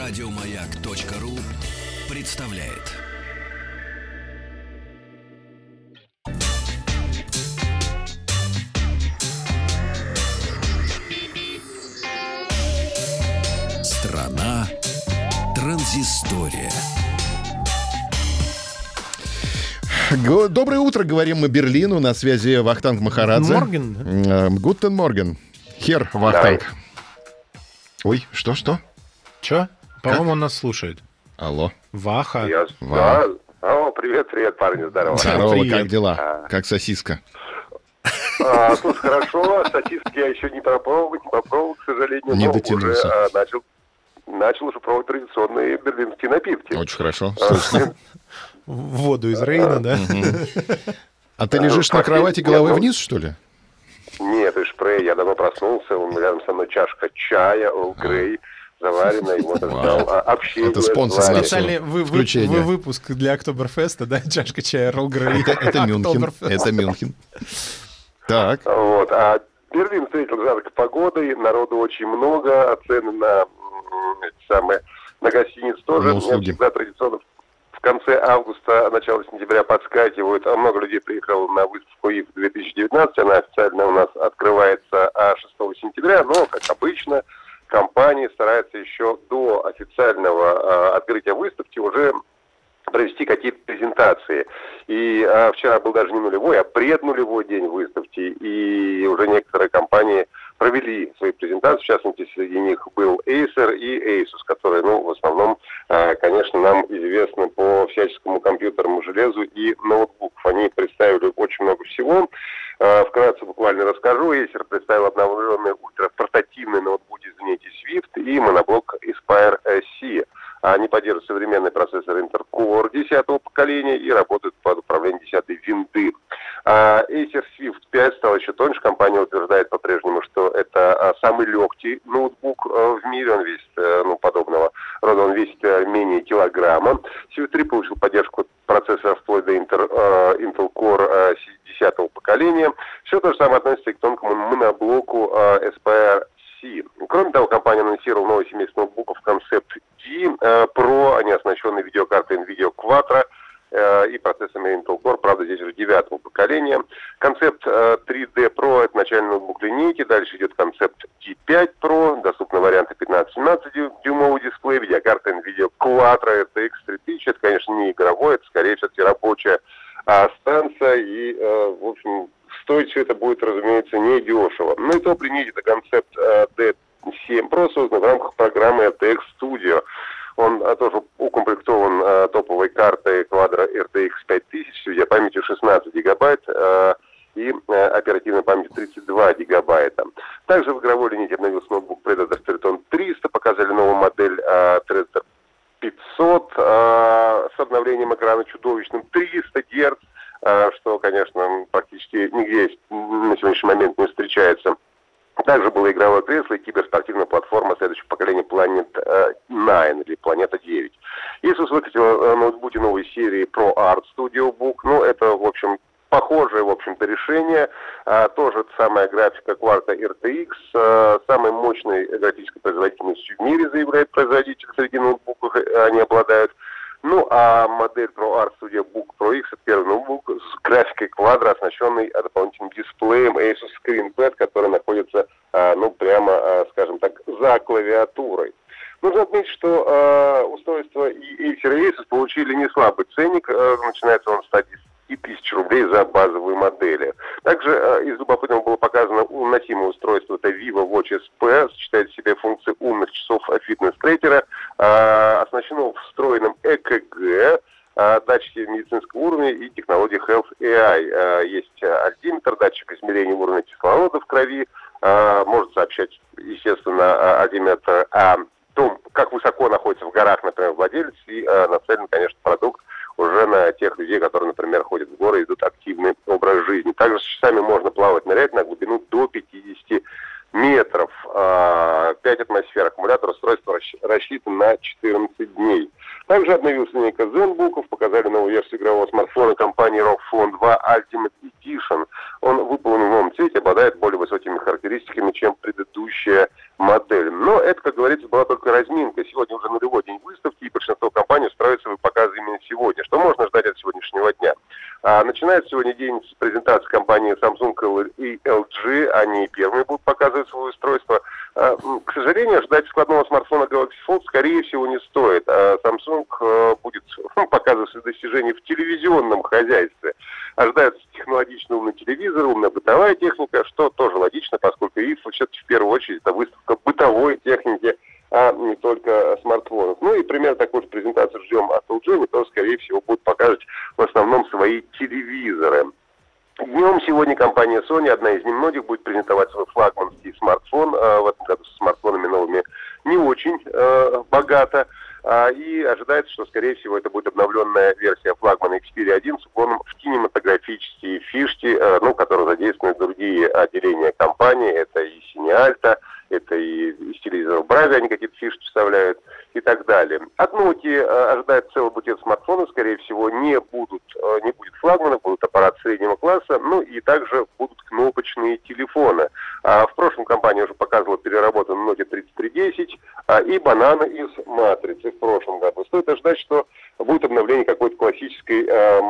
Радиомаяк.ру представляет. Страна транзистория. Доброе утро, говорим мы Берлину. На связи Вахтанг Махарадзе. Гутен Морген. Хер Вахтанг. Ой, что? Чё? По-моему, он нас слушает. Алло. Ваха. Да. Алло, привет, парни, здорово. Здорово, Привет. как дела? Как сосиска? Слушай, хорошо, статистики я еще не попробовал, к сожалению, Не но дотянулся. уже начал уже пробовать традиционные берлинские напитки. Очень хорошо, слышно. Воду из Рейна, да? А ты лежишь на кровати головой вниз, что ли? Нет, и шпрей, я давно проснулся, рядом со мной чашка чая, Earl Grey, заваренная, и вот ждал общения. Это спонсор с вами. нашего Специальный включения. выпуск для Октоберфеста, да? Чашка чая, Earl Grey. Это Мюнхен. Октоберфест. Это Мюнхен. Так. Вот. А Берлин встретил жаркой погодой, народу очень много, цены на на гостиниц тоже. На услуги. Всегда традиционно в конце августа, начало сентября подскакивают. А много людей приехало на выставку ИФ 2019. Она официально у нас открывается 6 сентября, но, как обычно, компании стараются еще до официального открытия выставки уже провести какие-то презентации. И вчера был даже не нулевой, а преднулевой день выставки. И уже некоторые компании провели свои презентации. В частности, среди них был Acer и Asus, которые, в основном, конечно, нам известны по всяческому компьютерному железу и ноутбуков. Они представили очень много всего. Вкратце буквально расскажу. Acer представил обновленные ультрапортативные ноутбуки, извините, Swift и моноблок Aspire C. Они поддерживают современный процессор Intel Core 10-го поколения и работают под управлением 10-й винды. Acer Swift 5 стал еще тоньше. Компания утверждает по-прежнему, что это самый легкий ноутбук в мире. Он весит, подобного рода, он весит менее килограмма. Swift 3 получил поддержку процессора вплоть до Intel Core 10-го поколения. Все то же самое относится и к тонкому моноблоку Aspire C. Кроме того, компания анонсировала новый семейство ноутбуков Concept D Pro. Они оснащены видеокартой NVIDIA Quattro и процессорами Intel Core, правда, здесь уже 9-го поколения. Concept 3D Pro — это начальный ноутбук линейки. Дальше идет Concept D5 Pro, доступны варианты 15-17-дюймовый дисплей, видеокарта NVIDIA Quattro RTX 3000. Это, конечно, не игровой, это скорее все-таки рабочая станция. И, в общем, стоить все это будет, разумеется, не дешево. Ну и топ линейки — это Concept D7 Pro, создан в рамках программы RTX Studio. Он тоже укомплектован топовой картой Quadro RTX 5000 с видеопамятью 16 гигабайт и оперативной памятью 32 гигабайта. Также в игровой линейке обновился ноутбук Predator Triton 300, показали новую модель Predator 500 с обновлением экрана чудовищным 300 Гц, что, конечно, практически нигде на сегодняшний момент не встречается. Также было игровое кресло и киберспортивная платформа следующего поколения Planet 9 или Планета 9. Asus выкатила ноутбуки новой серии ProArt Studio Book. Это, в общем, похожее, в общем-то, решение. Тоже самая графика Quarta RTX, самой мощной графической производительностью в мире, заявляет производитель. Среди ноутбуков они обладают. А модель ProArt Studio Book Pro X — это первый ноутбук с графикой Quadro, оснащенный дополнительным дисплеем Asus ScreenPad, который находится, прямо, скажем так, за клавиатурой. Нужно отметить, что устройства и Acer, и Asus получили не слабый ценник. Начинается он с 110 тысяч рублей за базовые модели. Также из любопытного было показано уносимое устройство. Это Vivo Watch SP, сочетает в себе функции умных часов фитнес-трекера, оснащено встроенным ЭКГ, датчики медицинского уровня и технологии Health AI. Есть альтиметр, датчик измерения уровня кислорода в крови, может сообщать, естественно, альтиметр о том, как высоко находится в горах, например, владелец, и нацелен, конечно, продукт уже на тех людей, которые, например, ходят в горы и ведут активный образ жизни. Также с часами можно плавать, нырять на глубину до 50 метров. 5 атмосфер. Аккумулятор устройства рассчитан на 14 дней. Также обновилась линейка ZenBook'ов, показали новую версию игрового смартфона компании ROG Phone 2 Ultimate Edition. Он выполнен в новом цвете, обладает более высокими характеристиками, чем предыдущая модель. Но это, как говорится, была только разминка. Сегодня уже нулевой день выставки, и большинство компаний устраивают свои показы именно сегодня. Что можно ждать от сегодняшнего дня? Начинается сегодня день с презентации компании Samsung и LG. Они первыми будут показывать свое устройство. К сожалению, ждать складного смартфона Galaxy Fold, скорее всего, не стоит. Samsung будет показывать свои достижения в телевизионном хозяйстве. Ожидается технологичный умный телевизор, умная бытовая техника, что тоже логично, поскольку IFA все-таки в первую очередь это выставка бытовой техники, а не только смартфонов. Ну и примерно такую же презентацию ждем от LG, они тоже, скорее всего, будут показывать в основном свои телевизоры. Днем сегодня компания Sony, одна из немногих, будет презентовать свой флагманский смартфон. В этом году со смартфонами новыми не очень богато. И ожидается, что, скорее всего, это будет обновленная версия флагмана Xperia 1 с уклоном в кинематографические фишки, которые задействуют другие отделения компании. Это и Sony Alta, это и из телевизоров Bravia они какие-то фишки вставляют и так далее. От Nokia ожидает целый букет смартфонов, скорее всего, не будет флагманов, будут аппараты среднего класса, и также будут кнопочные телефоны. В прошлом компания уже показывала переработанный Nokia 3310 и бананы из матрицы в прошлом году. Стоит ожидать, что будет обновление какой-то классической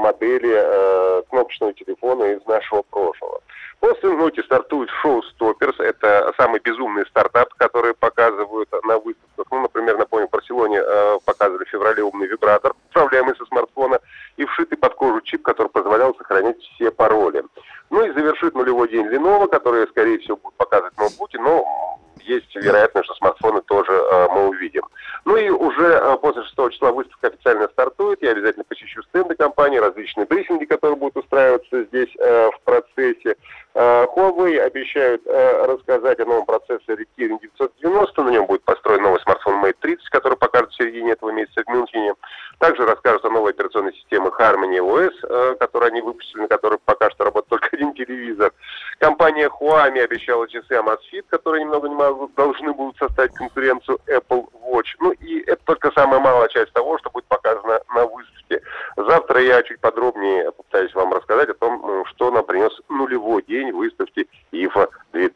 модели кнопочного телефона из нашего прошлого. После Nokia стартует Showstoppers. Это самый безумный стартап, который показывают на выставках. Например, напомню, в Барселоне показывали в феврале умный вибратор, управляемый со смартфона, и вшитый под кожу чип, который позволял сохранять все пароли. И завершит нулевой день Lenovo, который, скорее всего, будет показывать ноутбуки, но есть вероятность, что смартфоны тоже мы увидим. И уже после 6 числа выставка официально стартует. Я обязательно посещу стенды компании, различные брифинги, которые будут устраиваться здесь в процессе. Huawei обещают рассказать о новом процессоре Kirin 990. На нем будет построен новый смартфон Mate 30, который покажут в середине этого месяца в Мюнхене. Также расскажут о новой операционной системе Harmony OS, которую они выпустили, на которой пока что работает только один телевизор. Компания Huami обещала часы Amazfit, которые немного не мало должны будут составить конкуренцию Apple Watch. И это только самая малая часть того, что будет показано на выставке. Завтра я чуть подробнее попытаюсь вам рассказать о том, что нам принес нулевой день выставки IFA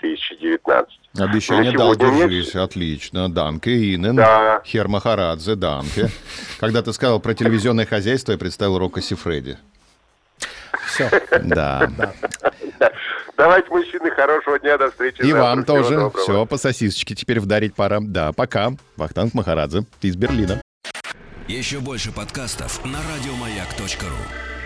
2019. Обещание дал, держись. Отлично. Данке, Инен. Да. Хер Махарадзе, данке. Когда ты сказал про телевизионное хозяйство, я представил Рокко Сиффреди. Все. Да. Давайте, мужчины, хорошего дня, до встречи. И вам тоже. Все, по сосисочке теперь вдарить пора. Да, пока. Вахтанг Махарадзе из Берлина. Еще больше подкастов на радиомаяк.ру.